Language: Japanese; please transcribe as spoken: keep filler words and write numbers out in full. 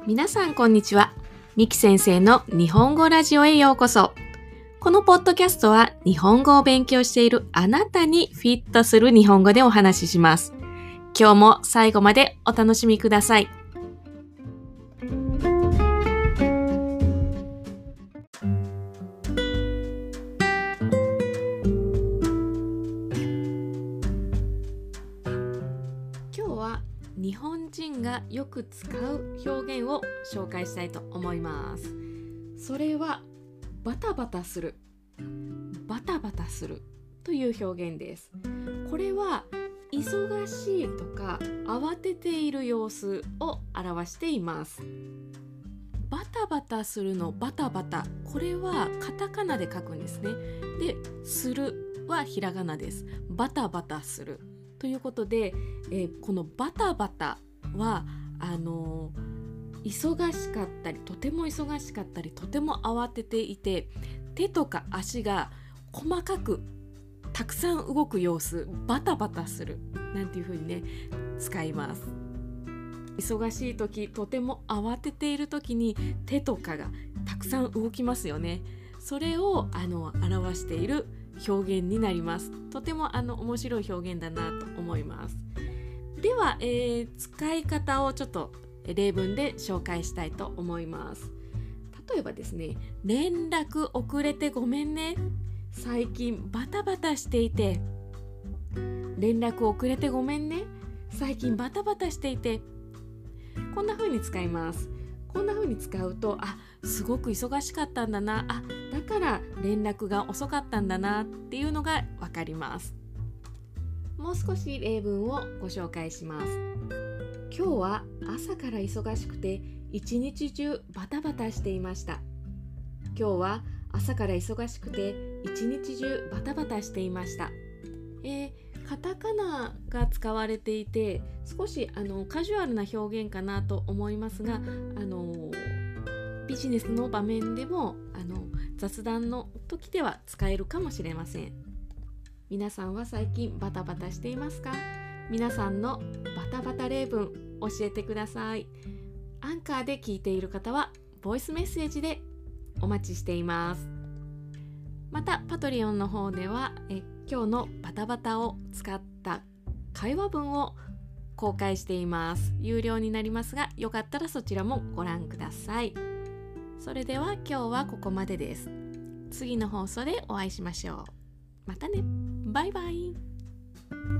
皆さんこんにちは。みき先生の日本語ラジオへようこそ。このポッドキャストは日本語を勉強しているあなたにフィットする日本語でお話しします。今日も最後までお楽しみください。今日は日本人がよく使う表現を紹介したいと思います。それはバタバタする、バタバタするという表現です。これは忙しいとか慌てている様子を表しています。バタバタするのバタバタ、これはカタカナで書くんですね。で、するはひらがなです。バタバタするということで、えー、このバタバタはあのー、忙しかったり、とても忙しかったり、とても慌てていて、手とか足が細かくたくさん動く様子、バタバタするなんていう風にね使います。忙しい時、とても慌てている時に手とかがたくさん動きますよね。それをあの表している表現になります。とてもあの面白い表現だなと思います。では、えー、使い方をちょっと例文で紹介したいと思います。例えばですね、連絡遅れてごめんね。最近バタバタしていて。連絡遅れてごめんね。最近バタバタしていて。こんな風に使います。こんな風に使うと、あ、すごく忙しかったんだな、あ、だから連絡が遅かったんだなっていうのがわかります。もう少し例文をご紹介します。今日は朝から忙しくて一日中バタバタしていました。今日は朝から忙しくて一日中バタバタしていました。えー、カタカナが使われていて、少しあのカジュアルな表現かなと思いますが、あのビジネスの場面でもあの雑談の時では使えるかもしれません。皆さんは最近バタバタしていますか？皆さんのバタバタ例文教えてください。アンカーで聞いている方はボイスメッセージでお待ちしています。またパトリオンの方ではえ今日のバタバタを使った会話文を公開しています。有料になりますが、よかったらそちらもご覧ください。それでは今日はここまでです。次の放送でお会いしましょう。またね。バイバイ。